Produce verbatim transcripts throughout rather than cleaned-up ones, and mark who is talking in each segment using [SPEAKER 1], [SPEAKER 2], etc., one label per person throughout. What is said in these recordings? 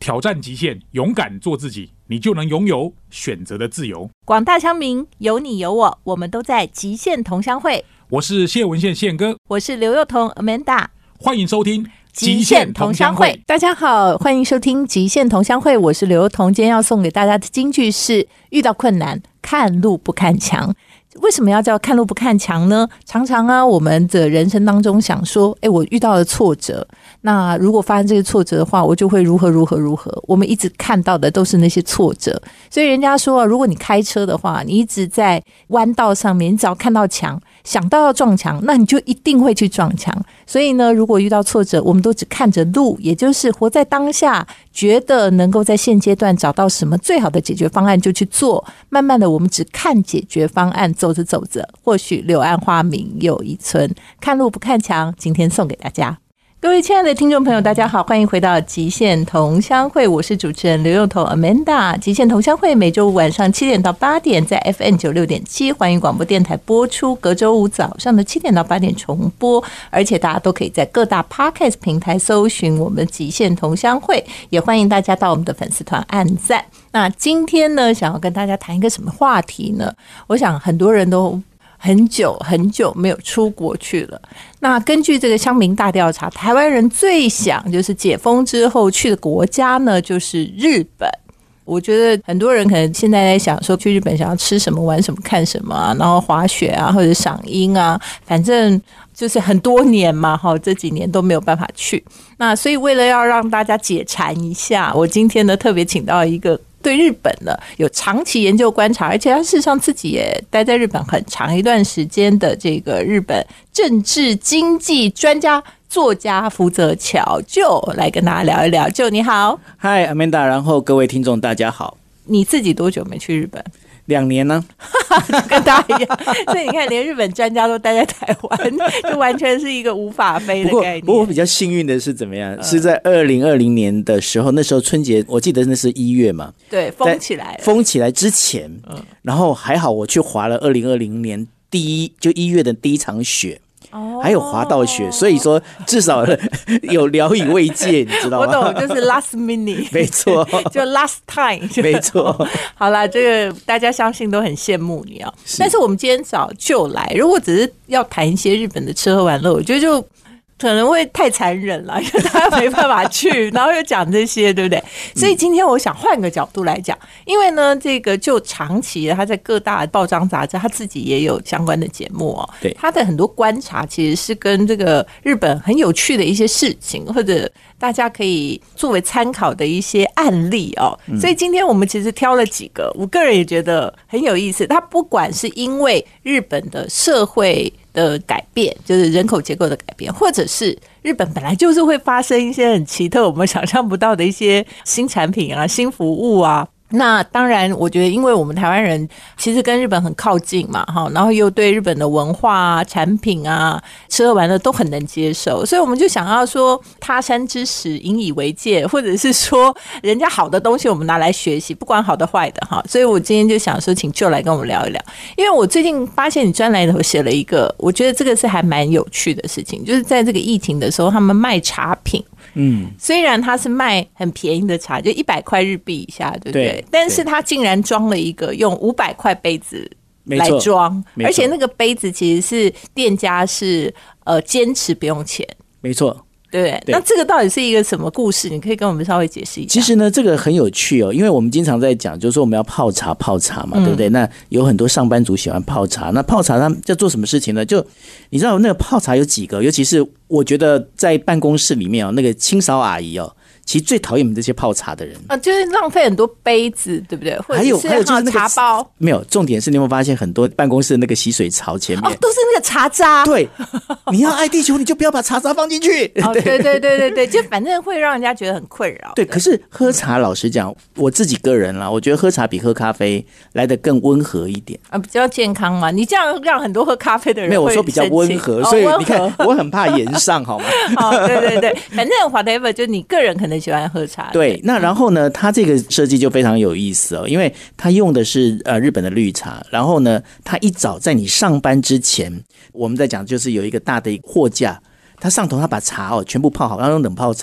[SPEAKER 1] 挑战极限，勇敢做自己，你就能拥有选择的自由。
[SPEAKER 2] 广大乡民，有你有我，我们都在极限同乡会。
[SPEAKER 1] 我是谢文宪宪哥，
[SPEAKER 2] 我是刘幼彤 Amanda，
[SPEAKER 1] 欢迎收听
[SPEAKER 2] 极限同乡会。大家好，欢迎收听极限同乡会，我是刘幼彤。今天要送给大家的金句是：遇到困难，看路不看墙。为什么要叫看路不看墙呢？常常啊，我们的人生当中想说，哎，我遇到了挫折，那如果发生这个挫折的话，我就会如何如何如何。我们一直看到的都是那些挫折，所以人家说，如果你开车的话，你一直在弯道上面，你只要看到墙，想到要撞墙，那你就一定会去撞墙。所以呢，如果遇到挫折，我们都只看着路，也就是活在当下，觉得能够在现阶段找到什么最好的解决方案就去做。慢慢的，我们只看解决方案，走着走着，或许柳暗花明又一村。看路不看墙，今天送给大家。各位亲爱的听众朋友，大家好，欢迎回到极限同乡会，我是主持人刘幼彤 Amanda。 极限同乡会每周五晚上七点到八点在 F M 九十六点七 环宇广播电台播出，隔周五早上的七点到八点重播，而且大家都可以在各大 Podcast 平台搜寻我们极限同乡会，也欢迎大家到我们的粉丝团按赞。那今天呢，想要跟大家谈一个什么话题呢？我想很多人都很久很久没有出国去了。那根据这个乡民大调查，台湾人最想就是解封之后去的国家呢，就是日本。我觉得很多人可能现在在想说，去日本想要吃什么、玩什么、看什么啊，然后滑雪啊，或者赏樱啊，反正就是很多年嘛，这几年都没有办法去。那所以为了要让大家解馋一下，我今天呢特别请到一个对日本呢有长期研究观察，而且他事实上自己也待在日本很长一段时间的这个日本政治经济专家作家福泽乔就来跟大家聊一聊。就你好。
[SPEAKER 3] 嗨 Amanda， 然后各位听众大家好。
[SPEAKER 2] 你自己多久没去日本？
[SPEAKER 3] 两年呢、
[SPEAKER 2] 啊，跟大家一样。所以你看，连日本专家都待在台湾，就完全是一个无法飞的概念。
[SPEAKER 3] 不过，不过我比较幸运的是怎么样？呃、是在二零二零年的时候，那时候春节，我记得那是一月嘛，
[SPEAKER 2] 对，封起来了，
[SPEAKER 3] 封起来之前，嗯，然后还好我去滑了二零二零年第一就一月的第一场雪。哦、还有滑到雪，所以说至少有聊以慰藉，你知道吗？
[SPEAKER 2] 我懂，就是 last minute，
[SPEAKER 3] 没错，
[SPEAKER 2] 就 last time，
[SPEAKER 3] 没错。
[SPEAKER 2] 好啦，这个大家相信都很羡慕你啊。但是我们今天找就来，如果只是要谈一些日本的吃喝玩乐，我觉得就可能会太残忍了，因为大家没办法去，然后又讲这些，对不对？所以今天我想换个角度来讲，因为呢，这个就长期他在各大报章杂志，他自己也有相关的节目哦。
[SPEAKER 3] 对，
[SPEAKER 2] 他的很多观察其实是跟这个日本很有趣的一些事情，或者大家可以作为参考的一些案例哦。嗯、所以今天我们其实挑了几个，我个人也觉得很有意思。他不管是因为日本的社会的改变，就是人口结构的改变，或者是日本本来就是会发生一些很奇特我们想象不到的一些新产品啊、新服务啊。那当然我觉得因为我们台湾人其实跟日本很靠近嘛，然后又对日本的文化啊、产品啊、吃喝玩乐都很能接受，所以我们就想要说他山之石引以为戒，或者是说人家好的东西我们拿来学习，不管好的坏的哈。所以我今天就想说请就来跟我们聊一聊，因为我最近发现你专栏里头写了一个，我觉得这个是还蛮有趣的事情，就是在这个疫情的时候他们卖茶品，嗯，虽然他是卖很便宜的茶，就一百块日币以下，对不对？对，但是他竟然装了一个用五百块杯子来装，而且那个杯子其实是店家是呃坚持不用钱，
[SPEAKER 3] 没错。
[SPEAKER 2] 对，那这个到底是一个什么故事？你可以跟我们稍微解释一下。
[SPEAKER 3] 其实呢，这个很有趣哦，因为我们经常在讲，就是说我们要泡茶，泡茶嘛，嗯、对不对？那有很多上班族喜欢泡茶，那泡茶他们在做什么事情呢？就你知道那个泡茶有几个，尤其是我觉得在办公室里面哦，那个清扫阿姨哦。其实最讨厌你们这些泡茶的人
[SPEAKER 2] 啊，就是浪费很多杯子，对不对？或者是
[SPEAKER 3] 还有还有就是那个
[SPEAKER 2] 茶包，
[SPEAKER 3] 没有重点是你有没有发现很多办公室的那个洗水槽前面、
[SPEAKER 2] 哦、都是那个茶渣？
[SPEAKER 3] 对，你要爱地球，你就不要把茶渣放进去。
[SPEAKER 2] 哦，对对对对对，就反正会让人家觉得很困扰。
[SPEAKER 3] 对，可是喝茶，老实讲，我自己个人啦，我觉得喝茶比喝咖啡来得更温和一点
[SPEAKER 2] 啊，比较健康嘛。你这样让很多喝咖啡的人
[SPEAKER 3] 没有，我说比较温和，所以你看，我很怕延上，好吗？
[SPEAKER 2] 哦，对对对，反正 whatever， 就你个人可能喜欢喝茶。
[SPEAKER 3] 对，那然后呢，它这个设计就非常有意思哦，因为它用的是呃日本的绿茶，然后呢，它一早在你上班之前，我们在讲就是有一个大的货架，它上头它把茶哦全部泡好，然后用冷泡茶，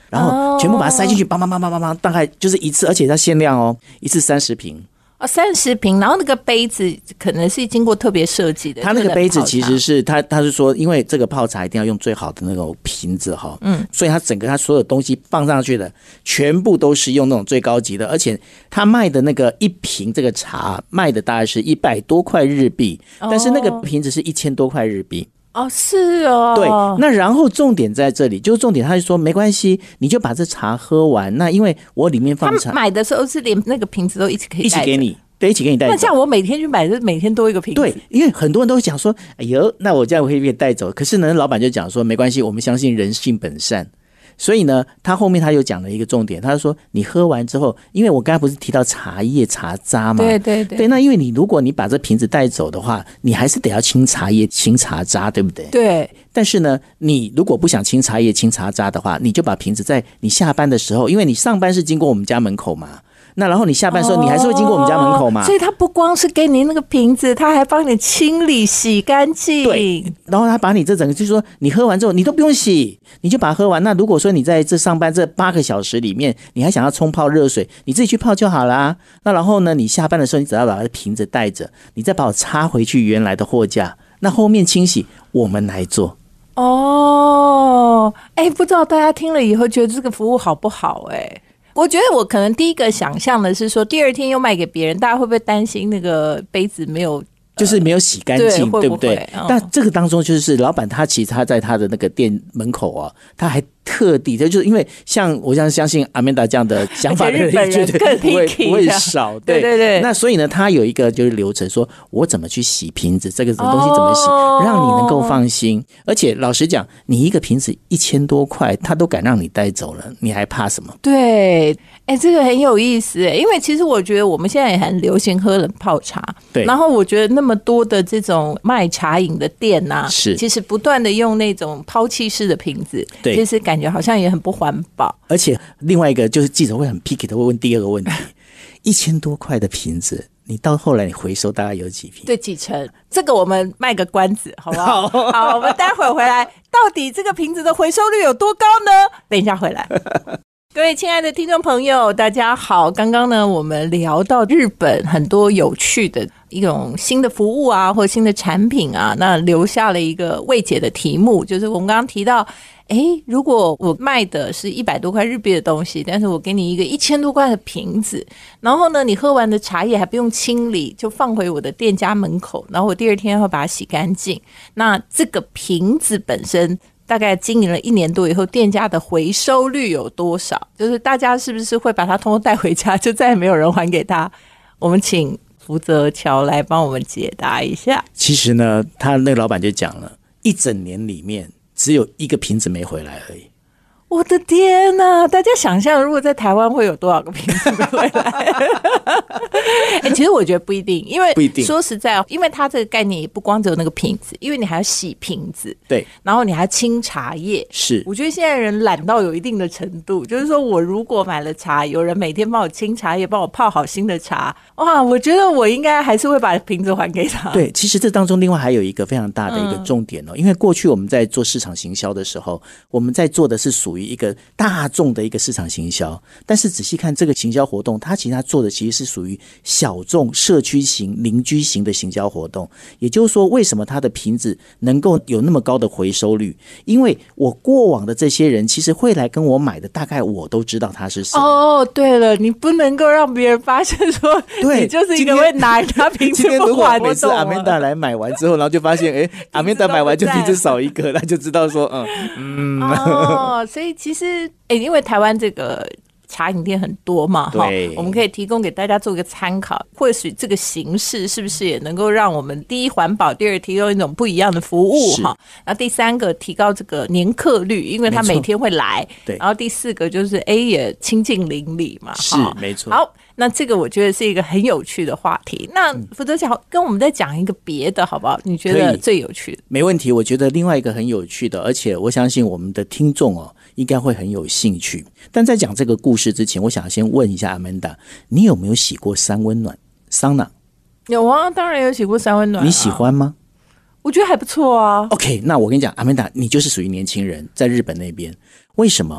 [SPEAKER 3] 然后全部把它塞进去，梆梆梆梆梆梆，大概就是一次，而且它限量哦，一次三十瓶。
[SPEAKER 2] 哦，三十瓶，然后那个杯子可能是经过特别设计的。
[SPEAKER 3] 它那个杯子其实是它，它是说，因为这个泡茶一定要用最好的那种瓶子哈，嗯，所以它整个它所有东西放上去的全部都是用那种最高级的，而且它卖的那个一瓶这个茶卖的大概是一百多块日币，但是那个瓶子是一千多块日币。
[SPEAKER 2] 哦，是哦，
[SPEAKER 3] 对，那然后重点在这里，就是重点，他就说没关系，你就把这茶喝完。那因为我里面放茶，
[SPEAKER 2] 他买的时候是连那个瓶子都一起可以带
[SPEAKER 3] 一起给你，对，一起给你带走。
[SPEAKER 2] 那这样我每天去买，就每天多一个瓶子。
[SPEAKER 3] 对，因为很多人都讲说，哎呦，那我这样可以被带走。可是呢，老板就讲说，没关系，我们相信人性本善。所以呢，他后面他又讲了一个重点，他就说你喝完之后，因为我刚才不是提到茶叶茶渣嘛，
[SPEAKER 2] 对对对，
[SPEAKER 3] 对，那因为你如果你把这瓶子带走的话，你还是得要清茶叶清茶渣，对不对？
[SPEAKER 2] 对。
[SPEAKER 3] 但是呢，你如果不想清茶叶清茶渣的话，你就把瓶子在你下班的时候，因为你上班是经过我们家门口嘛。那然后你下班的时候，你还是会经过我们家门口嘛？
[SPEAKER 2] 哦、所以他不光是给你那个瓶子，他还帮你清理、洗干净。
[SPEAKER 3] 对，然后他把你这整个，就是说你喝完之后，你都不用洗，你就把它喝完。那如果说你在这上班这八个小时里面，你还想要冲泡热水，你自己去泡就好啦。那然后呢，你下班的时候，你只要把瓶子带着，你再把我插回去原来的货架。那后面清洗我们来做。
[SPEAKER 2] 哦，哎，不知道大家听了以后觉得这个服务好不好？哎。我觉得我可能第一个想象的是说，第二天又卖给别人，大家会不会担心那个杯子没有，
[SPEAKER 3] 就是没有洗干净，对, 对不对？
[SPEAKER 2] 嗯、
[SPEAKER 3] 但这个当中就是老板他其实他在他的那个店门口啊，他还特地，就是因为像我相相信阿曼达这样的想法的人，绝对不会不会少，
[SPEAKER 2] 对对对。
[SPEAKER 3] 那所以呢，他有一个就是流程，说我怎么去洗瓶子，这个东西怎么洗，哦、让你能够放心。而且老实讲，你一个瓶子一千多块，他都敢让你带走了，你还怕什么？
[SPEAKER 2] 对，哎、欸，这个很有意思，因为其实我觉得我们现在也很流行喝冷泡茶，
[SPEAKER 3] 对。
[SPEAKER 2] 然后我觉得那么多的这种卖茶饮的店呐、啊，
[SPEAKER 3] 是
[SPEAKER 2] 其实不断的用那种抛弃式的瓶子，
[SPEAKER 3] 对，
[SPEAKER 2] 其实感觉好像也很不环保。
[SPEAKER 3] 而且另外一个就是记者会很 picky 的会问第二个问题：一千多块的瓶子，你到后来你回收大概有几瓶？
[SPEAKER 2] 对，几成？这个我们卖个关子，好不好？好, 好，我们待会儿回来，到底这个瓶子的回收率有多高呢？等一下回来。各位亲爱的听众朋友，大家好。刚刚呢，我们聊到日本很多有趣的一种新的服务啊，或新的产品啊，那留下了一个未解的题目，就是我们刚刚提到，诶，如果我卖的是一百多块日币的东西，但是我给你一个一千多块的瓶子，然后呢，你喝完的茶叶还不用清理，就放回我的店家门口，然后我第二天会把它洗干净。那这个瓶子本身大概经营了一年多以后，店家的回收率有多少？就是大家是不是会把它通通带回家，就再也没有人还给他？我们请福泽桥来帮我们解答一下。
[SPEAKER 3] 其实呢，他那个老板就讲了，一整年里面只有一个瓶子没回来而已。
[SPEAKER 2] 我的天哪！大家想象，如果在台湾会有多少个瓶子没回来？欸、其实我觉得不一定，因为
[SPEAKER 3] 不一定。
[SPEAKER 2] 说实在，因为它这个概念也不光只有那个瓶子，因为你还要洗瓶子，
[SPEAKER 3] 对，
[SPEAKER 2] 然后你还要清茶叶。
[SPEAKER 3] 是，
[SPEAKER 2] 我觉得现在人懒到有一定的程度，就是说我如果买了茶，有人每天帮我清茶叶，帮我泡好新的茶，哇，我觉得我应该还是会把瓶子还给他。
[SPEAKER 3] 对，其实这当中另外还有一个非常大的一个重点哦，嗯、因为过去我们在做市场行销的时候，我们在做的是属于一个大众的一个市场行销，但是仔细看这个行销活动，它其实它做的其实是属于小众社区型邻居型的行销活动。也就是说，为什么它的瓶子能够有那么高的回收率？因为我过往的这些人其实会来跟我买的，大概我都知道他是谁。
[SPEAKER 2] 哦，对了，你不能够让别人发现说你就是一个会拿人家瓶子不还的。今天如果
[SPEAKER 3] 每次阿曼达来买完之后，然后就发现哎，阿曼达买完就瓶子少一个，那就知道说嗯嗯
[SPEAKER 2] 哦，所以其实哎，因为台湾这个茶饮店很多嘛，
[SPEAKER 3] 对，
[SPEAKER 2] 我们可以提供给大家做一个参考。或许这个形式是不是也能够让我们第一环保，第二提供一种不一样的服务哈？那第三个提高这个年客率，因为他每天会来。
[SPEAKER 3] 对。
[SPEAKER 2] 然后第四个就是 A 也亲近邻里嘛，
[SPEAKER 3] 是没错。
[SPEAKER 2] 好，那这个我觉得是一个很有趣的话题。那福泽桥跟我们再讲一个别的好不好？你觉得最有趣的？
[SPEAKER 3] 没问题，我觉得另外一个很有趣的，而且我相信我们的听众哦，应该会很有兴趣。但在讲这个故事之前，我想先问一下阿曼达，你有没有洗过三温暖桑拿？
[SPEAKER 2] 有啊，当然有洗过三温暖、啊。
[SPEAKER 3] 你喜欢吗？
[SPEAKER 2] 我觉得还不错啊。
[SPEAKER 3] OK， 那我跟你讲，阿曼达，你就是属于年轻人，在日本那边，为什么哈？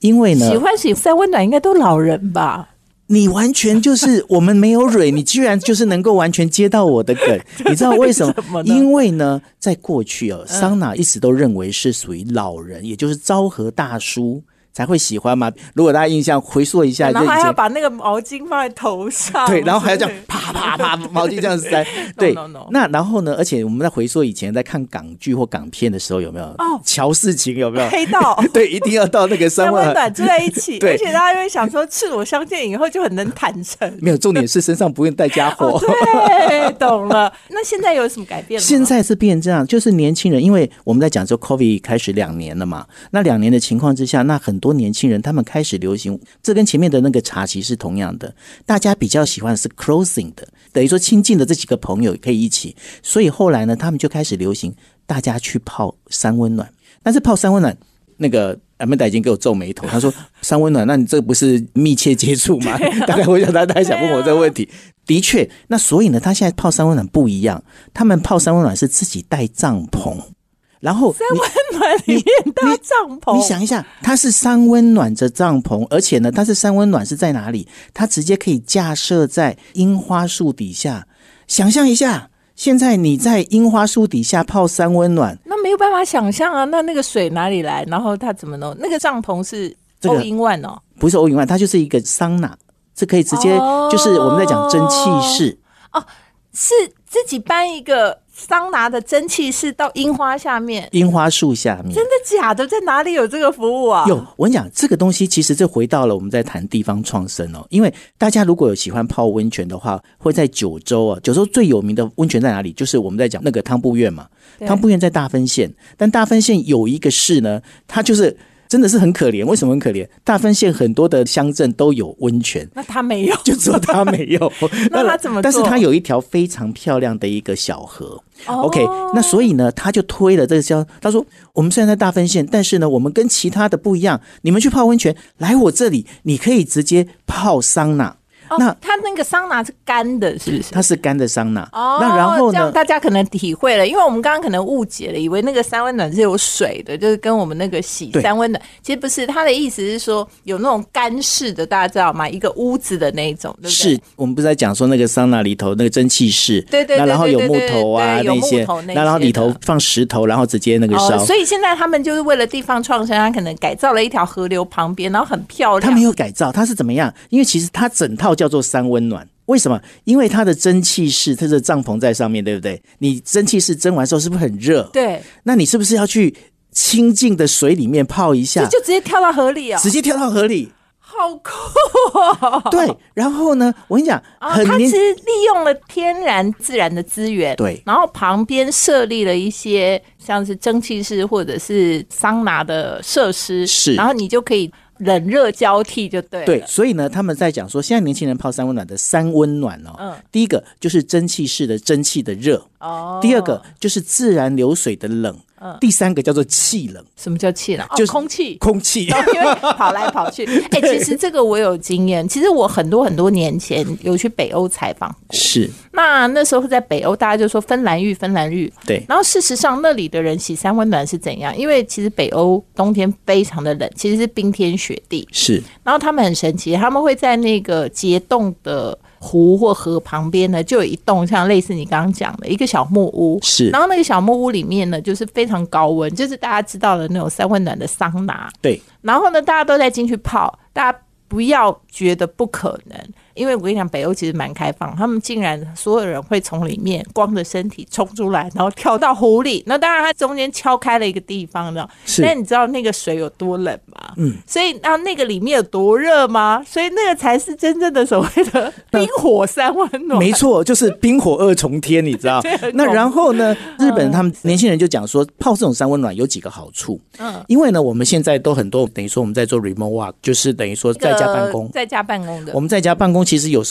[SPEAKER 3] 因为呢，
[SPEAKER 2] 喜欢洗三温暖应该都老人吧？
[SPEAKER 3] 你完全就是我们没有蕊，你居然就是能够完全接到我的梗，你知道为什么？
[SPEAKER 2] 为什么呢？
[SPEAKER 3] 因为呢，在过去哦，桑拿一直都认为是属于老人，嗯、也就是昭和大叔才会喜欢嘛。如果大家印象回溯一下，
[SPEAKER 2] 然后还要把那个毛巾放在头上，
[SPEAKER 3] 对，然后还要这样啪啪啪毛巾这样塞，对。
[SPEAKER 2] no, no, no.
[SPEAKER 3] 那然后呢？而且我们在回溯以前在看港剧或港片的时候，有没有？哦，乔事情有没有？
[SPEAKER 2] 黑道
[SPEAKER 3] 对，一定要到那个三温
[SPEAKER 2] 暖住在一起，
[SPEAKER 3] 对，
[SPEAKER 2] 而且大家会想说赤裸相见以后就很能坦诚。
[SPEAKER 3] 没有，重点是身上不用带家伙。
[SPEAKER 2] 哦、对，懂了。那现在有什么改变了吗？
[SPEAKER 3] 现在是变这样，就是年轻人，因为我们在讲说 COVID 开始两年了嘛，那两年的情况之下，那很多年轻人他们开始流行，这跟前面的那个茶其实同样的，大家比较喜欢的是 closing 的，等于说亲近的这几个朋友可以一起，所以后来呢，他们就开始流行大家去泡三温暖。但是泡三温暖，那个Amanda已经给我皱眉头，他说三温暖，那你这不是密切接触吗？大概我想他大概想问我这个问题。的确，那所以呢，他现在泡三温暖不一样，他们泡三温暖是自己带帐篷。然后
[SPEAKER 2] 三温暖里面搭帐篷，
[SPEAKER 3] 你想一下，它是三温暖着帐篷，而且呢，它是三温暖是在哪里？它直接可以架设在樱花树底下。想象一下，现在你在樱花树底下泡三温暖，
[SPEAKER 2] 那没有办法想象啊！那那个水哪里来？然后它怎么弄？那个帐篷是欧英万哦，
[SPEAKER 3] 不是欧英万，它就是一个桑拿，这可以直接、哦、就是我们在讲蒸汽室
[SPEAKER 2] 哦，是自己搬一个桑拿的蒸汽室到樱花下面，
[SPEAKER 3] 樱花树下面，
[SPEAKER 2] 真的假的？在哪里有这个服务啊？
[SPEAKER 3] 有，我跟你讲，这个东西其实就回到了我们在谈地方创生哦。因为大家如果有喜欢泡温泉的话，会在九州啊，九州最有名的温泉在哪里？就是我们在讲那个汤布院嘛，汤布院在大分县，但大分县有一个市呢，它就是真的是很可怜。为什么很可怜？大分县很多的乡镇都有温泉，
[SPEAKER 2] 那他没有，
[SPEAKER 3] 就只有他没有。
[SPEAKER 2] 那他怎么做？
[SPEAKER 3] 但是他有一条非常漂亮的一个小河。
[SPEAKER 2] Oh.
[SPEAKER 3] OK， 那所以呢，他就推了这个叫，他说我们虽然在大分县，但是呢，我们跟其他的不一样。你们去泡温泉，来我这里，你可以直接泡桑拿。
[SPEAKER 2] 哦、那它那个桑拿是干的，是不是？
[SPEAKER 3] 它是干的桑拿。
[SPEAKER 2] 哦，
[SPEAKER 3] 那然后呢？
[SPEAKER 2] 这样大家可能体会了，因为我们刚刚可能误解了，以为那个三温暖是有水的，就是跟我们那个洗三温暖，其实不是。他的意思是说有那种干式的，大家知道吗？一个屋子的那一种，对不对？
[SPEAKER 3] 是我们不是在讲说那个桑拿里头那个蒸汽室，
[SPEAKER 2] 对对对，
[SPEAKER 3] 那然后有木头啊
[SPEAKER 2] 那
[SPEAKER 3] 些，那然后里头放石头，然后直接那个烧。
[SPEAKER 2] 哦、所以现在他们就是为了地方创生，他可能改造了一条河流旁边，然后很漂亮。
[SPEAKER 3] 他没有改造，他是怎么样？因为其实他整套叫做三温暖。为什么？因为它的蒸汽室，它的帐篷在上面，对不对？你蒸汽室蒸完之后是不是很热？
[SPEAKER 2] 对。
[SPEAKER 3] 那你是不是要去清净的水里面泡一下？
[SPEAKER 2] 就直接跳到河里啊、哦！
[SPEAKER 3] 直接跳到河里，
[SPEAKER 2] 好酷哦！
[SPEAKER 3] 对。然后呢，我跟你讲，
[SPEAKER 2] 哦、它其实利用了天然自然的资源，
[SPEAKER 3] 对。
[SPEAKER 2] 然后旁边设立了一些像是蒸汽室或者是桑拿的设施，
[SPEAKER 3] 是。
[SPEAKER 2] 然后你就可以冷热交替就对了。
[SPEAKER 3] 对，所以呢，他们在讲说，现在年轻人泡三温暖的三温暖哦，嗯，第一个就是蒸汽室的蒸汽的热，哦，第二个就是自然流水的冷，嗯，第三个叫做气冷。
[SPEAKER 2] 什么叫气冷？
[SPEAKER 3] 就是
[SPEAKER 2] 哦、空气，
[SPEAKER 3] 空气，
[SPEAKER 2] 因为跑来跑去。哎、欸，其实这个我有经验。其实我很多很多年前有去北欧采访过，
[SPEAKER 3] 是。
[SPEAKER 2] 那那时候在北欧，大家就说芬兰浴，芬兰浴。
[SPEAKER 3] 对。
[SPEAKER 2] 然后事实上，那里的人洗三温暖是怎样？因为其实北欧冬天非常的冷，其实是冰天雪地。
[SPEAKER 3] 是。
[SPEAKER 2] 然后他们很神奇，他们会在那个结冻的湖或河旁边呢，就有一栋像类似你刚刚讲的一个小木屋。
[SPEAKER 3] 是。
[SPEAKER 2] 然后那个小木屋里面呢，就是非常高温，就是大家知道的那种三温暖的桑拿。
[SPEAKER 3] 对。
[SPEAKER 2] 然后呢，大家都在进去泡，大家不要觉得不可能。因为我跟你讲，北欧其实蛮开放，他们竟然所有人会从里面光着身体冲出来，然后跳到湖里。那当然，它中间敲开了一个地方的，但你知道那个水有多冷吗？嗯，所以然后那个里面有多热吗？所以那个才是真正的所谓的冰火三温暖。
[SPEAKER 3] 没错，就是冰火二重天，你知道？那然后呢，日本他们年轻人就讲说，泡这种三温暖有几个好处。嗯，因为呢，我们现在都很多等于说我们在做 remote work， 就是等于说在家办公，
[SPEAKER 2] 在家办公的，
[SPEAKER 3] 我们在家办公。其实有时候你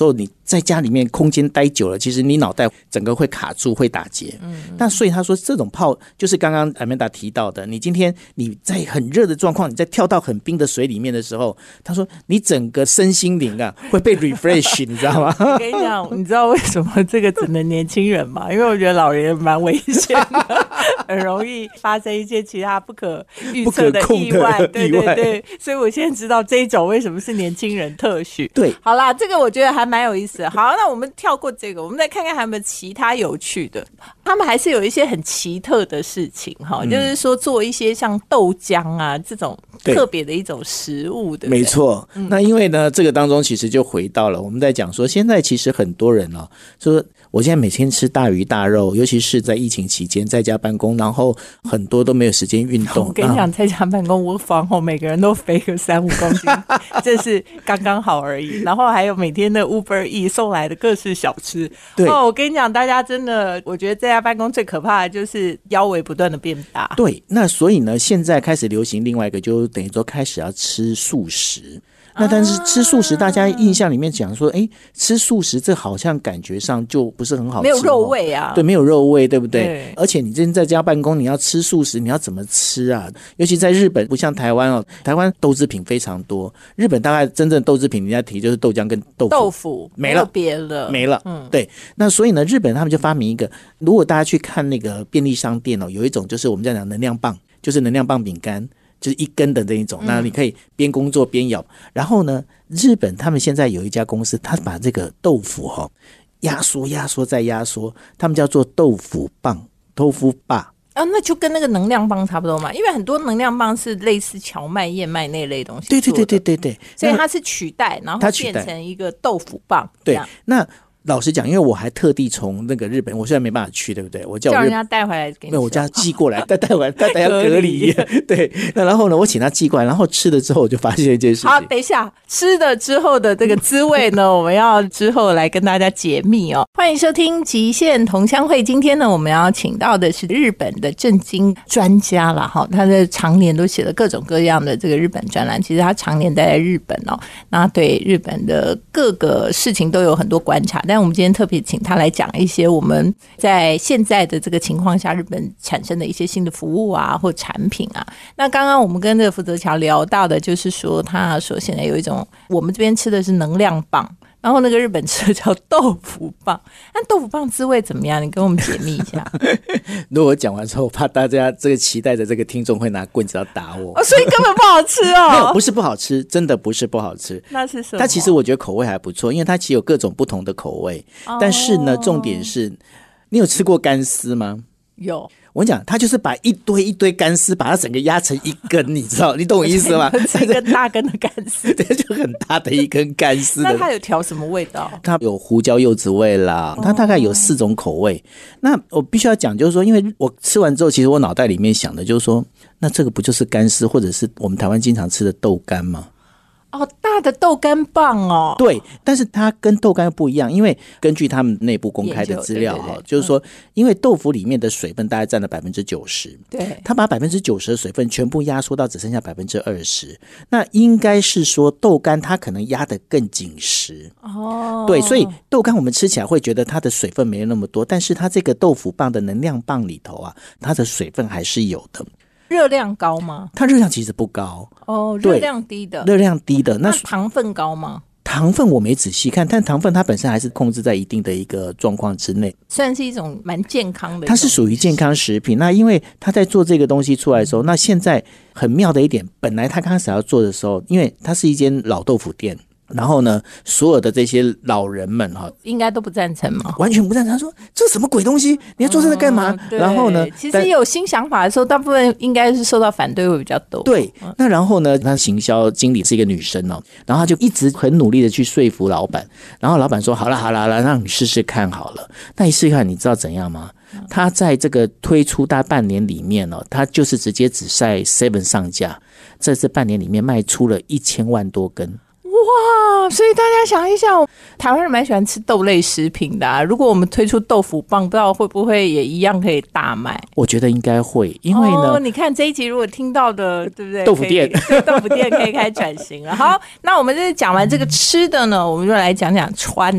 [SPEAKER 3] 在家里面空间待久了，其实你脑袋整个会卡住，会打结。嗯，那所以他说这种泡就是刚刚 Amanda 提到的，你今天你在很热的状况，你在跳到很冰的水里面的时候，他说你整个身心灵啊会被 refresh， 你知道吗？
[SPEAKER 2] 我跟你讲，你知道为什么这个只能年轻人吗？因为我觉得老人蛮危险的，很容易发生一些其他不可预测的意外。对对对，所以我现在知道这一种为什么是年轻人特许。
[SPEAKER 3] 对，
[SPEAKER 2] 好啦，这个我觉得还蛮有意思的。好，那我们跳过这个，我们再看看还有没有其他有趣的。他们还是有一些很奇特的事情哈、嗯，就是说做一些像豆浆啊这种特别的一种食物的。
[SPEAKER 3] 没错、嗯，那因为呢，这个当中其实就回到了我们在讲说，现在其实很多人哦，说我现在每天吃大鱼大肉，尤其是在疫情期间在家办公，然后很多都没有时间运动。
[SPEAKER 2] 我跟你讲，在家办公，我房后每个人都肥个三五公斤，这是刚刚好而已。然后还有每天的 Uber E 送来的各式小吃。
[SPEAKER 3] 对，
[SPEAKER 2] 哦，我跟你讲，大家真的，我觉得在家办公最可怕的就是腰围不断的变大。
[SPEAKER 3] 对，那所以呢，现在开始流行另外一个，就等于说开始要吃素食。那但是吃素食，大家印象里面讲说，哎，吃素食这好像感觉上就不是很好吃、哦，
[SPEAKER 2] 没有肉味啊，
[SPEAKER 3] 对，没有肉味，对不对？
[SPEAKER 2] 对，
[SPEAKER 3] 而且你真在家办公，你要吃素食，你要怎么吃啊？尤其在日本，不像台湾哦，台湾豆制品非常多，日本大概真正豆制品人家提就是豆浆跟豆腐，
[SPEAKER 2] 豆腐
[SPEAKER 3] 没了，
[SPEAKER 2] 别了，
[SPEAKER 3] 没了。嗯，对。那所以呢，日本他们就发明一个，如果大家去看那个便利商店哦，有一种就是我们在讲能量棒，就是能量棒饼干。就是一根的这一种，那你可以边工作边咬。然后呢，日本他们现在有一家公司，他把这个豆腐哈、哦、压缩、压缩再压缩，他们叫做豆腐棒、豆腐棒。
[SPEAKER 2] 啊，那就跟那个能量棒差不多嘛，因为很多能量棒是类似荞麦、燕麦那类东西。
[SPEAKER 3] 对对对对对对，
[SPEAKER 2] 所以它是取代，然后变成一个豆腐棒。
[SPEAKER 3] 对，那。老实讲，因为我还特地从那个日本，我虽然没办法去，对不对？我叫我
[SPEAKER 2] 叫人家带回来给你，
[SPEAKER 3] 没有，我叫他寄过来，带带回来，带带要隔离。对，那然后呢，我请他寄过来，然后吃了之后，我就发现一件事情。
[SPEAKER 2] 好，等一下，吃了之后的这个滋味呢，我们要之后来跟大家解密哦。欢迎收听极限同乡会，今天呢，我们要请到的是日本的政经专家啦，哈，他的常年都写了各种各样的这个日本专栏，其实他常年待在日本哦，那对日本的各个事情都有很多观察。但我们今天特别请他来讲一些我们在现在的这个情况下日本产生的一些新的服务啊或产品啊。那刚刚我们跟这个福泽桥聊到的就是说，他说现在有一种我们这边吃的是能量棒，然后那个日本吃的叫豆腐棒，那豆腐棒滋味怎么样？你跟我们解密一下。
[SPEAKER 3] 如果讲完之后，我怕大家这个期待的这个听众会拿棍子要打我、
[SPEAKER 2] 哦、所以根本不好吃哦。
[SPEAKER 3] 没有，不是不好吃，真的不是不好吃。
[SPEAKER 2] 那是什么？
[SPEAKER 3] 它其实我觉得口味还不错，因为它其实有各种不同的口味、哦、但是呢重点是，你有吃过干丝吗？
[SPEAKER 2] 有。
[SPEAKER 3] 我跟你讲，他就是把一堆一堆干丝，把它整个压成一根，你知道，你懂我意思吗？
[SPEAKER 2] 是一根大根的干丝，
[SPEAKER 3] 对，就很大的一根干丝。
[SPEAKER 2] 那它有调什么味道？
[SPEAKER 3] 它有胡椒柚子味啦，它大概有四种口味。哦、那我必须要讲，就是说，因为我吃完之后，其实我脑袋里面想的就是说，那这个不就是干丝，或者是我们台湾经常吃的豆干吗？
[SPEAKER 2] 哦，大的豆干棒哦。
[SPEAKER 3] 对，但是它跟豆干不一样，因为根据他们内部公开的资料哈，就是说，因为豆腐里面的水分大概占了百分之九十，
[SPEAKER 2] 对，
[SPEAKER 3] 它把百分之九十的水分全部压缩到只剩下百分之二十，那应该是说豆干它可能压得更紧实哦。对，所以豆干我们吃起来会觉得它的水分没有那么多，但是它这个豆腐棒的能量棒里头啊，它的水分还是有的。
[SPEAKER 2] 热量高吗？
[SPEAKER 3] 它热量其实不高
[SPEAKER 2] 哦，热量低的，
[SPEAKER 3] 热量低的。
[SPEAKER 2] 那糖分高吗？
[SPEAKER 3] 糖分我没仔细看，但糖分它本身还是控制在一定的一个状况之内，
[SPEAKER 2] 算是一种蛮健康的。
[SPEAKER 3] 它是属于健康食品。那因为他在做这个东西出来的时候，那现在很妙的一点，本来他刚开始要做的时候，因为它是一间老豆腐店。然后呢，所有的这些老人们哈，
[SPEAKER 2] 应该都不赞成嘛，
[SPEAKER 3] 完全不赞成。他说：“这什么鬼东西？你要做这个干嘛？”嗯、然后呢，
[SPEAKER 2] 其实有新想法的时候，大部分应该是受到反对会比较多。
[SPEAKER 3] 对，那然后呢，他行销经理是一个女生哦，然后他就一直很努力的去说服老板，然后老板说：“好了好了好了，让你试试看好了。”那你试试看，你知道怎样吗？他在这个推出大概半年里面哦，他就是直接只在 Seven 上架，在这半年里面卖出了一千万多根。
[SPEAKER 2] 哇，所以大家想一想，台湾人蛮喜欢吃豆类食品的、啊、如果我们推出豆腐棒，不知道会不会也一样可以大卖？我
[SPEAKER 3] 觉得应该会，因为呢、
[SPEAKER 2] 哦、你看这一集如果听到的，对不对？
[SPEAKER 3] 豆腐店
[SPEAKER 2] 豆腐店可以开始转型了。好，那我们这讲完这个吃的呢，我们就来讲讲穿的。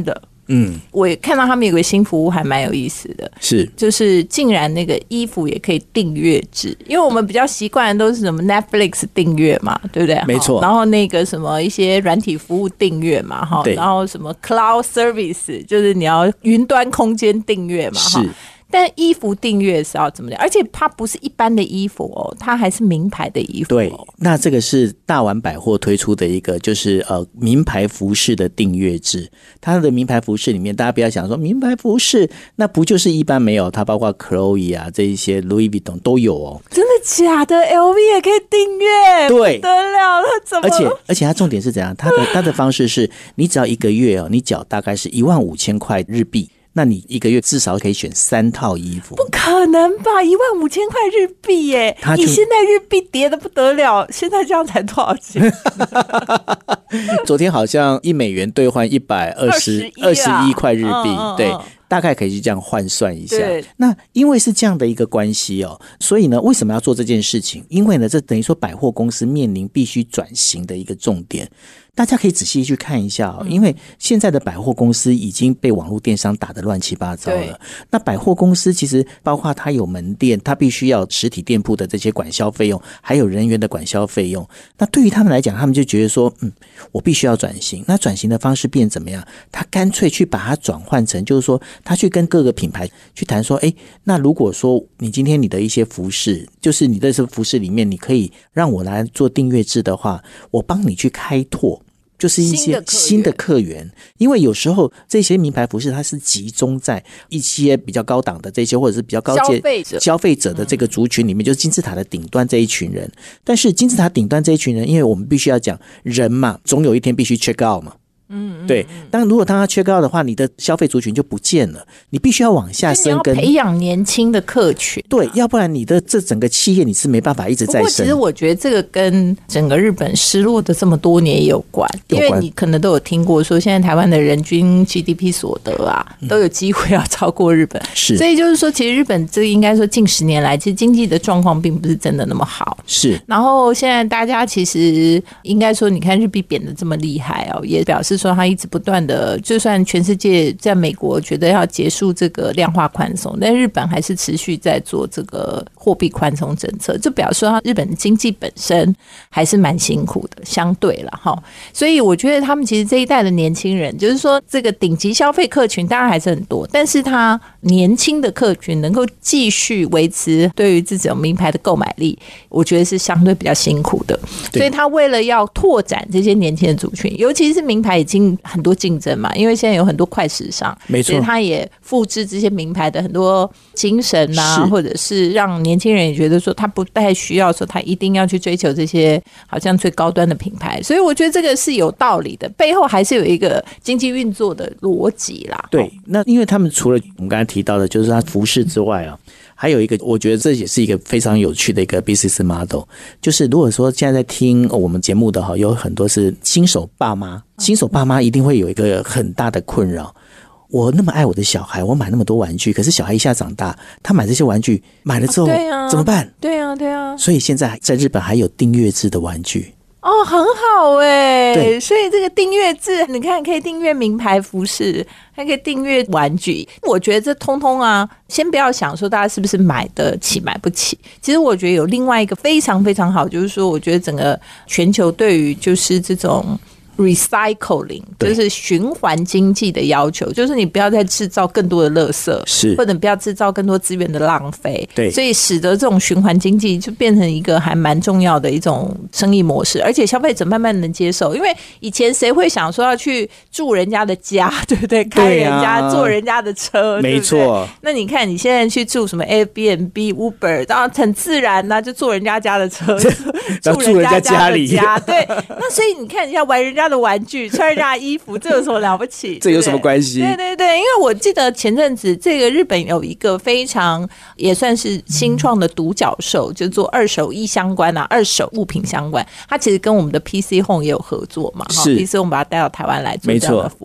[SPEAKER 3] 嗯，
[SPEAKER 2] 我也看到他们有个新服务还蛮有意思的，
[SPEAKER 3] 是
[SPEAKER 2] 就是竟然那个衣服也可以订阅制，因为我们比较习惯的都是什么 Netflix 订阅嘛，对不对？
[SPEAKER 3] 没错。
[SPEAKER 2] 然后那个什么一些软体服务订阅嘛，哈，然后什么 Cloud Service 就是你要云端空间订阅嘛，
[SPEAKER 3] 是。
[SPEAKER 2] 但衣服订阅是要怎么样？而且它不是一般的衣服哦，它还是名牌的衣服、哦。
[SPEAKER 3] 对，那这个是大丸百货推出的一个，就是呃名牌服饰的订阅制。它的名牌服饰里面，大家不要想说名牌服饰那不就是一般没有，它包括 Chloe 啊这一些 Louis Vuitton 都有哦。
[SPEAKER 2] 真的假的 ？L V 也可以订阅？
[SPEAKER 3] 对，
[SPEAKER 2] 不得了了，怎么？
[SPEAKER 3] 而且而且它重点是怎样？它的它的方式是，你只要一个月哦，你缴大概是一万五千块日币。那你一个月至少可以选三套衣服，
[SPEAKER 2] 不可能吧？一万五千块日币耶！你现在日币跌得不得了，现在这样才多少钱？
[SPEAKER 3] 昨天好像一美元兑换一百二十二十一块日币，嗯嗯嗯对。大概可以去这样换算一下。那因为是这样的一个关系哦，所以呢，为什么要做这件事情？因为呢，这等于说百货公司面临必须转型的一个重点。大家可以仔细去看一下哦，因为现在的百货公司已经被网络电商打得乱七八糟了。那百货公司其实包括它有门店，它必须要实体店铺的这些管销费用，还有人员的管销费用。那对于他们来讲，他们就觉得说，嗯，我必须要转型。那转型的方式变怎么样？他干脆去把它转换成，就是说，他去跟各个品牌去谈说，哎，那如果说你今天你的一些服饰，就是你的这服饰里面，你可以让我来做订阅制的话，我帮你去开拓。就是一些新的客源，因为有时候这些名牌服饰它是集中在一些比较高档的这些，或者是比较高阶消费者的这个族群里面，就是金字塔的顶端这一群人。但是金字塔顶端这一群人，因为我们必须要讲人嘛，总有一天必须 check out 嘛。嗯，对。当如果当他缺高的话，你的消费族群就不见了，你必须要往下深耕，
[SPEAKER 2] 你要培养年轻的客群、啊。
[SPEAKER 3] 对，要不然你的这整个企业你是没办法一直在升。不过
[SPEAKER 2] 其实我觉得这个跟整个日本失落的这么多年也有关，因为你可能都有听过说，现在台湾的人均 G D P 所得啊，都有机会要超过日本。是，所以就是说，其实日本这应该说近十年来，其实经济的状况并不是真的那么好。
[SPEAKER 3] 是，
[SPEAKER 2] 然后现在大家其实应该说，你看日币贬得这么厉害哦，也表示说它一直不断的，就算全世界在美国觉得要结束这个量化宽松，但日本还是持续在做这个货币宽松政策，就表示说日本的经济本身还是蛮辛苦的，相对了哈。所以我觉得他们其实这一代的年轻人，就是说这个顶级消费客群当然还是很多，但是他年轻的客群能够继续维持对于这种名牌的购买力，我觉得是相对比较辛苦的。所以他为了要拓展这些年轻的族群，尤其是名牌已经很多竞争嘛，因为现在有很多快时尚，
[SPEAKER 3] 没错，
[SPEAKER 2] 所以他也复制这些名牌的很多精神啊，或者是让年轻人也觉得说他不太需要说他一定要去追求这些好像最高端的品牌，所以我觉得这个是有道理的，背后还是有一个经济运作的逻辑啦。
[SPEAKER 3] 对，那因为他们除了我们刚才提到的就是他服饰之外啊，还有一个我觉得这也是一个非常有趣的一个 business model， 就是如果说现在在听我们节目的哈，有很多是新手爸妈，新手爸妈一定会有一个很大的困扰，我那么爱我的小孩，我买那么多玩具，可是小孩一下长大，他买这些玩具买了之后、啊、怎么办？
[SPEAKER 2] 对啊对啊，
[SPEAKER 3] 所以现在在日本还有订阅制的玩具
[SPEAKER 2] 哦，很好哎、欸，所以这个订阅制，你看可以订阅名牌服饰，还可以订阅玩具。我觉得这通通啊，先不要想说大家是不是买得起买不起。其实我觉得有另外一个非常非常好，就是说，我觉得整个全球对于就是这种recycling 就是循环经济的要求，就是你不要再制造更多的垃圾，是或者不要制造更多资源的浪费，对，所以使得这种循环经济就变成一个还蛮重要的一种生意模式，而且消费者慢慢能接受。因为以前谁会想说要去住人家的家，对不对？开人家、啊、坐人家的车，没错。那你看你现在去住什么 Airbnb、Uber， 当然很自然啊，就坐人家家的车，住人家家里家，对。那所以你看人家玩人家的玩具，穿人家的衣服，这有什么了不起？
[SPEAKER 3] 这有什么关系？
[SPEAKER 2] 对对对，因为我记得前阵子这个日本有一个非常也算是新创的独角兽，就做二手衣相关啊，二手物品相关，它其实跟我们的 P C Home 也有合作嘛，是 P C Home 把它带到台湾来做这样的服务。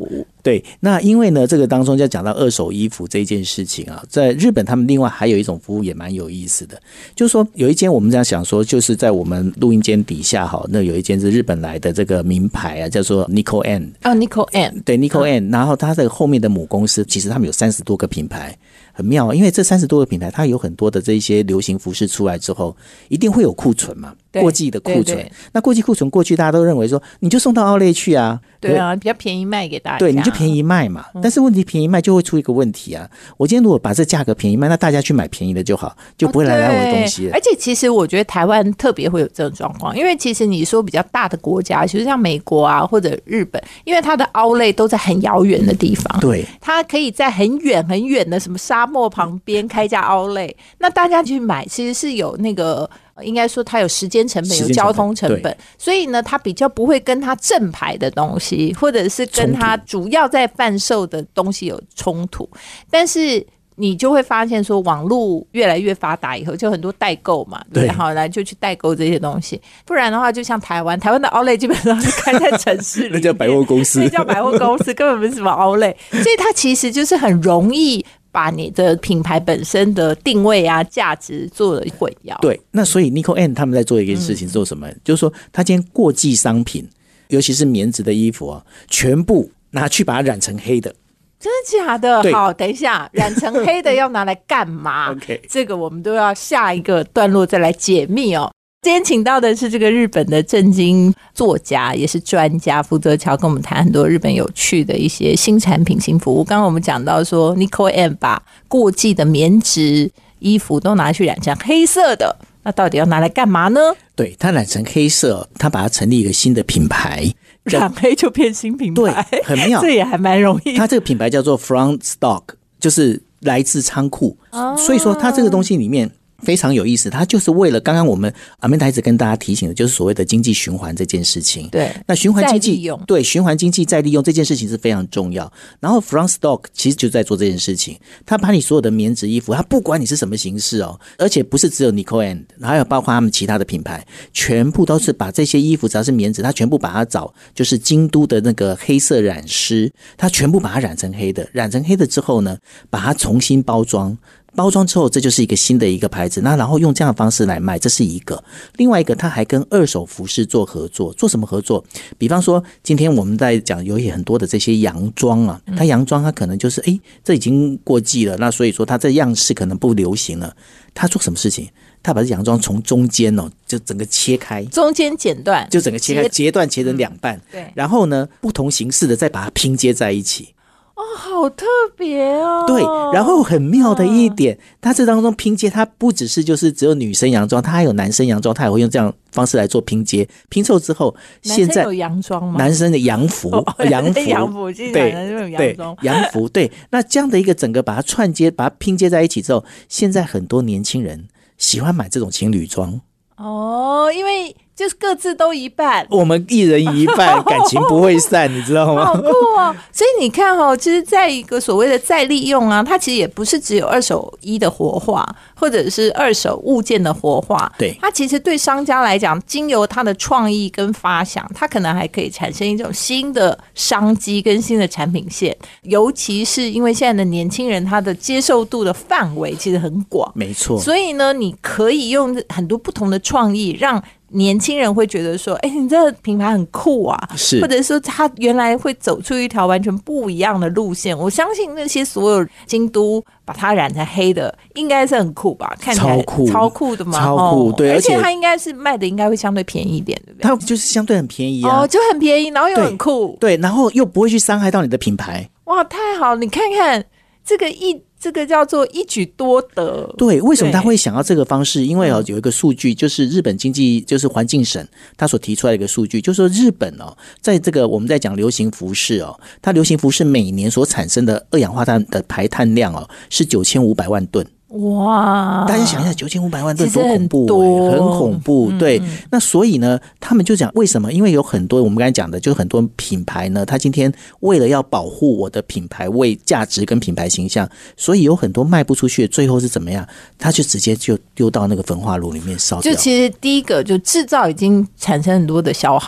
[SPEAKER 3] 对，那因为呢，这个当中就讲到二手衣服这一件事情啊，在日本他们另外还有一种服务也蛮有意思的，就是说有一间我们这样想说，就是在我们录音间底下哈，那有一间是日本来的这个名牌啊，叫做 Nico N
[SPEAKER 2] 哦 Nico N
[SPEAKER 3] 对 Nico N，、嗯、然后它这个后面的母公司其实他们有三十多个品牌。很妙，因为这三十多个品牌，它有很多的这一些流行服饰出来之后，一定会有库存嘛，过季的库存。对对，那过季库存过去大家都认为说，你就送到outlet去啊，
[SPEAKER 2] 对啊，比较便宜卖给大家，
[SPEAKER 3] 对，你就便宜卖嘛。嗯、但是问题便宜卖就会出一个问题啊，我今天如果把这价格便宜卖，那大家去买便宜的就好，就不会来来我的东西了。
[SPEAKER 2] 而且其实我觉得台湾特别会有这种状况，因为其实你说比较大的国家，其实像美国啊或者日本，因为它的outlet都在很遥远的地方，
[SPEAKER 3] 对，
[SPEAKER 2] 它可以在很远很远的什么沙漠旁边开一家 outlet， 那大家去买其实是有那个应该说它有时间成本有交通成本，所以呢它比较不会跟它正牌的东西或者是跟它主要在贩售的东西有冲突。但是你就会发现说网络越来越发达以后，就很多代购嘛，对，好来就去代购这些东西。不然的话，就像台湾，台湾的 outlet 基本上是开在城市里，
[SPEAKER 3] 那叫百货公司，
[SPEAKER 2] 那叫百货公司，根本不是什么 outlet， 所以它其实就是很容易把你的品牌本身的定位啊、价值做了混淆。
[SPEAKER 3] 对，那所以 Nico N 他们在做一件事情，做什么？嗯、就是说，他今天过季商品，尤其是棉质的衣服啊，全部拿去把它染成黑的。
[SPEAKER 2] 真的假的？好，等一下，染成黑的要拿来干嘛？
[SPEAKER 3] okay.
[SPEAKER 2] 这个我们都要下一个段落再来解密哦。今天请到的是这个日本的正经作家，也是专家福泽桥，跟我们谈很多日本有趣的一些新产品、新服务。刚刚我们讲到说 Nico N 把过季的棉质衣服都拿去染成黑色的，那到底要拿来干嘛呢？
[SPEAKER 3] 对，他染成黑色，他把它成立一个新的品牌，
[SPEAKER 2] 染黑就变新品牌，
[SPEAKER 3] 对，很妙，
[SPEAKER 2] 这也还蛮容易。
[SPEAKER 3] 他这个品牌叫做 From Stock， 就是来自仓库，哦、所以说他这个东西里面非常有意思，它就是为了刚刚我们阿妹一直跟大家提醒的，就是所谓的经济循环这件事情。
[SPEAKER 2] 对，
[SPEAKER 3] 那循环经济，对循环经济再利用这件事情是非常重要。然后 From Stock 其实就在做这件事情，他把你所有的棉质衣服，他不管你是什么形式哦，而且不是只有 Nico N， 还有包括他们其他的品牌，全部都是把这些衣服只要是棉质，他全部把它找就是京都的那个黑色染师，他全部把它染成黑的，染成黑的之后呢，把它重新包装。包装之后，这就是一个新的一个牌子。那然后用这样的方式来卖，这是一个。另外一个，他还跟二手服饰做合作，做什么合作？比方说，今天我们在讲有很多的这些洋装啊，它洋装它可能就是哎，这已经过季了，那所以说它这样式可能不流行了。他做什么事情？他把这洋装从中间哦，就整个切开，
[SPEAKER 2] 中间剪断，
[SPEAKER 3] 就整个切开，截断切成两半。嗯、对，然后呢，不同形式的再把它拼接在一起。
[SPEAKER 2] 哦，好特别哦！
[SPEAKER 3] 对，然后很妙的一点，嗯、它这当中拼接，它不只是就是只有女生洋装，它还有男生洋装，它也会用这样方式来做拼接。拼凑之后，现在
[SPEAKER 2] 有洋装吗？
[SPEAKER 3] 男生的洋服，
[SPEAKER 2] 哦、
[SPEAKER 3] 洋服，
[SPEAKER 2] 洋服，对，男生有洋装，
[SPEAKER 3] 洋服，对。那这样的一个整个把它串接，把它拼接在一起之后，现在很多年轻人喜欢买这种情侣装。
[SPEAKER 2] 哦，因为就是各自都一半，
[SPEAKER 3] 我们一人一半，感情不会散，你知道吗？
[SPEAKER 2] 好酷哦！所以你看哦，其实在一个所谓的再利用啊，它其实也不是只有二手衣的活化，或者是二手物件的活化。
[SPEAKER 3] 对，
[SPEAKER 2] 它其实对商家来讲，经由它的创意跟发想，它可能还可以产生一种新的商机跟新的产品线。尤其是因为现在的年轻人，他的接受度的范围其实很广，
[SPEAKER 3] 没错。
[SPEAKER 2] 所以呢，你可以用很多不同的创意让年轻人会觉得说，哎、欸，你这个品牌很酷啊，
[SPEAKER 3] 是，
[SPEAKER 2] 或者说他原来会走出一条完全不一样的路线。我相信那些所有京都把它染成黑的，应该是很酷吧？看起来
[SPEAKER 3] 超酷，
[SPEAKER 2] 超酷的嘛，
[SPEAKER 3] 超酷，对，
[SPEAKER 2] 而且它应该是卖的应该会相对便宜一点，对不对？
[SPEAKER 3] 它就是相对很便宜啊，
[SPEAKER 2] 哦，就很便宜，然后又很酷，
[SPEAKER 3] 对，对，然后又不会去伤害到你的品牌。
[SPEAKER 2] 哇，太好！你看看这个一。这个叫做一举多得。
[SPEAKER 3] 对，为什么他会想要这个方式？因为哦，有一个数据，就是日本经济就是环境省他所提出来的一个数据，就是说日本哦，在这个我们在讲流行服饰哦，它流行服饰每年所产生的二氧化碳的排碳量哦是九千五百万吨。
[SPEAKER 2] 哇！
[SPEAKER 3] 大家想一下，九千五百万吨多恐怖、欸，很恐怖。对，嗯、那所以呢，他们就讲为什么？因为有很多我们刚才讲的，就很多品牌呢，他今天为了要保护我的品牌为价值跟品牌形象，所以有很多卖不出去，最后是怎么样？他就直接就丢到那个焚化炉里面烧掉。
[SPEAKER 2] 就其实第一个，就制造已经产生很多的消耗了。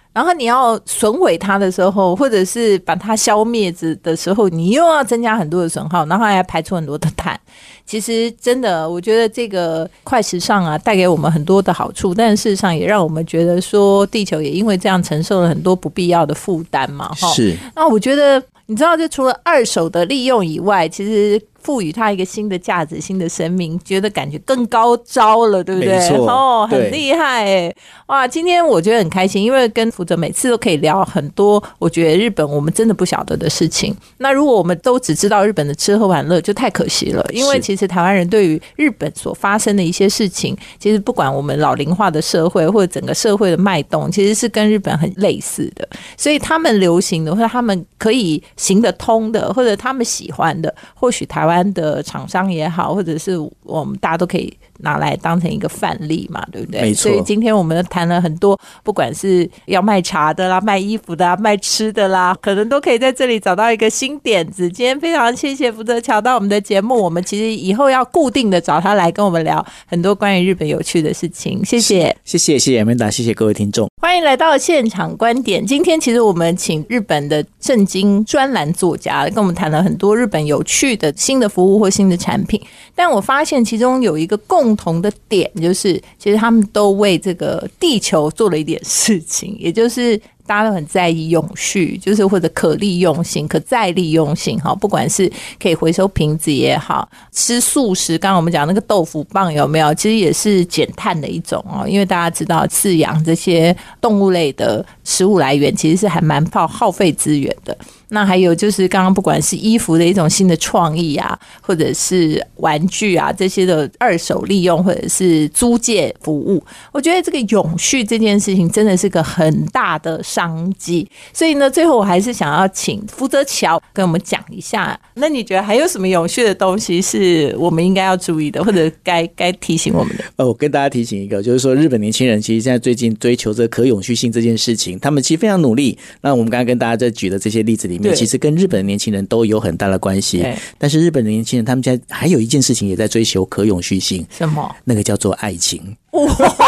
[SPEAKER 2] 然后你要损毁它的时候，或者是把它消灭的时候，你又要增加很多的损耗，然后还排出很多的碳。其实真的我觉得这个快时尚啊带给我们很多的好处，但事实上也让我们觉得说地球也因为这样承受了很多不必要的负担嘛。
[SPEAKER 3] 是，
[SPEAKER 2] 那我觉得你知道就除了二手的利用以外，其实赋予它一个新的价值、新的生命，觉得感觉更高招了，对不对？
[SPEAKER 3] 没错，
[SPEAKER 2] 哦，很厉害哎！哇，今天我觉得很开心，因为跟福泽每次都可以聊很多我觉得日本我们真的不晓得的事情。那如果我们都只知道日本的吃喝玩乐，就太可惜了。因为其实台湾人对于日本所发生的一些事情，其实不管我们老龄化的社会或者整个社会的脉动，其实是跟日本很类似的。所以他们流行的，或者他们可以行得通的，或者他们喜欢的，或许台湾台湾的厂商也好，或者是我们大家都可以拿来当成一个范例嘛，对不对？
[SPEAKER 3] 没错。
[SPEAKER 2] 所以今天我们谈了很多，不管是要卖茶的啦、卖衣服的啦、卖吃的啦，可能都可以在这里找到一个新点子。今天非常谢谢福泽桥到我们的节目，我们其实以后要固定的找他来跟我们聊很多关于日本有趣的事情。谢谢，
[SPEAKER 3] 谢谢，谢谢 Amanda， 谢谢各位听众，
[SPEAKER 2] 欢迎来到现场观点。今天其实我们请日本的政经专栏作家跟我们谈了很多日本有趣的新的服务或新的产品，但我发现其中有一个共同的点，就是其实他们都为这个地球做了一点事情，也就是大家都很在意永续，就是或者可利用性、可再利用性，不管是可以回收瓶子也好，吃素食，刚刚我们讲那个豆腐棒有没有，其实也是减碳的一种哦。因为大家知道饲养这些动物类的食物来源其实是还蛮耗耗费资源的。那还有就是刚刚不管是衣服的一种新的创意啊，或者是玩具啊这些的二手利用，或者是租借服务，我觉得这个永续这件事情真的是个很大的商机。所以呢，最后我还是想要请福泽桥跟我们讲一下，那你觉得还有什么永续的东西是我们应该要注意的，或者该该提醒我们的？
[SPEAKER 3] 呃，我跟大家提醒一个，就是说日本年轻人其实现在最近追求这可永续性这件事情，他们其实非常努力。那我们刚刚跟大家在举的这些例子里面，其实跟日本的年轻人都有很大的关系。但是日本的年轻人他们现在还有一件事情也在追求可永续性，
[SPEAKER 2] 什么？
[SPEAKER 3] 那个叫做爱情。
[SPEAKER 2] 我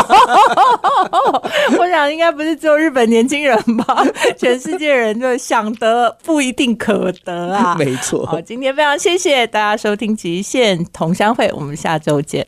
[SPEAKER 2] 想应该不是只有日本年轻人吧，全世界人就想得不一定可得啊。
[SPEAKER 3] 没错。
[SPEAKER 2] 好，今天非常谢谢大家收听极限同乡会，我们下周见。